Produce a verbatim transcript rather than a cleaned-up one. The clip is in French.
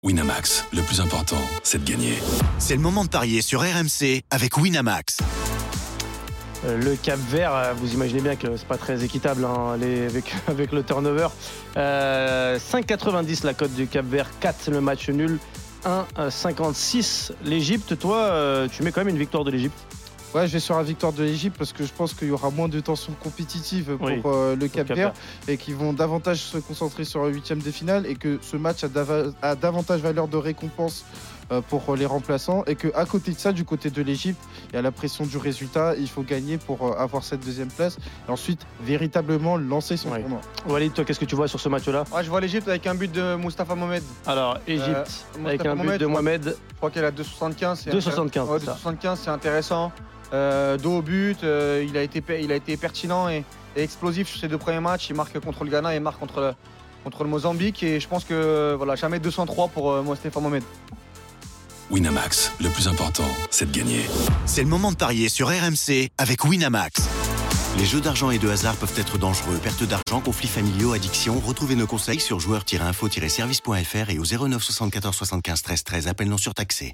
Winamax, le plus important, c'est de gagner. C'est le moment de parier sur R M C avec Winamax. Le Cap-Vert, vous imaginez bien que c'est pas très équitable hein, les, avec, avec le turnover. Euh, cinq quatre-vingt-dix la cote du Cap-Vert, quatre le match nul, un cinquante-six l'Égypte. Toi, euh, tu mets quand même une victoire de l'Égypte. Ouais, je vais sur la victoire de l'Égypte parce que je pense qu'il y aura moins de tension compétitive pour oui, euh, le Cap-Vert Cap et qu'ils vont davantage se concentrer sur le huitième de finale et que ce match a, dava- a davantage valeur de récompense euh, pour les remplaçants et qu'à côté de ça, du côté de l'Égypte, il y a la pression du résultat. Il faut gagner pour euh, avoir cette deuxième place et ensuite véritablement lancer son ouais. tournoi. Walid, toi, qu'est-ce que tu vois sur ce match-là? Ouais, je vois l'Égypte avec un but de Moustapha Mohamed. Alors, Égypte Euh, avec un but Mohamed, de Mohamed. Je crois qu'elle a deux soixante-quinze. deux soixante-quinze, Ouais, c'est ça. deux soixante-quinze, c'est intéressant. Euh, dos au but, euh, il, a été, il a été pertinent et, et explosif sur ses deux premiers matchs. Il marque contre le Ghana et il marque contre le, contre le Mozambique. Et je pense que voilà, jamais deux cent trois pour euh, Moustapha Mohamed. Winamax, le plus important, c'est de gagner. C'est le moment de parier sur R M C avec Winamax. Les jeux d'argent et de hasard peuvent être dangereux. Perte d'argent, conflits familiaux, addiction. Retrouvez nos conseils sur joueurs tiret info tiret service point f r et au zéro neuf soixante-quatorze soixante-quinze treize treize. Appel non surtaxé.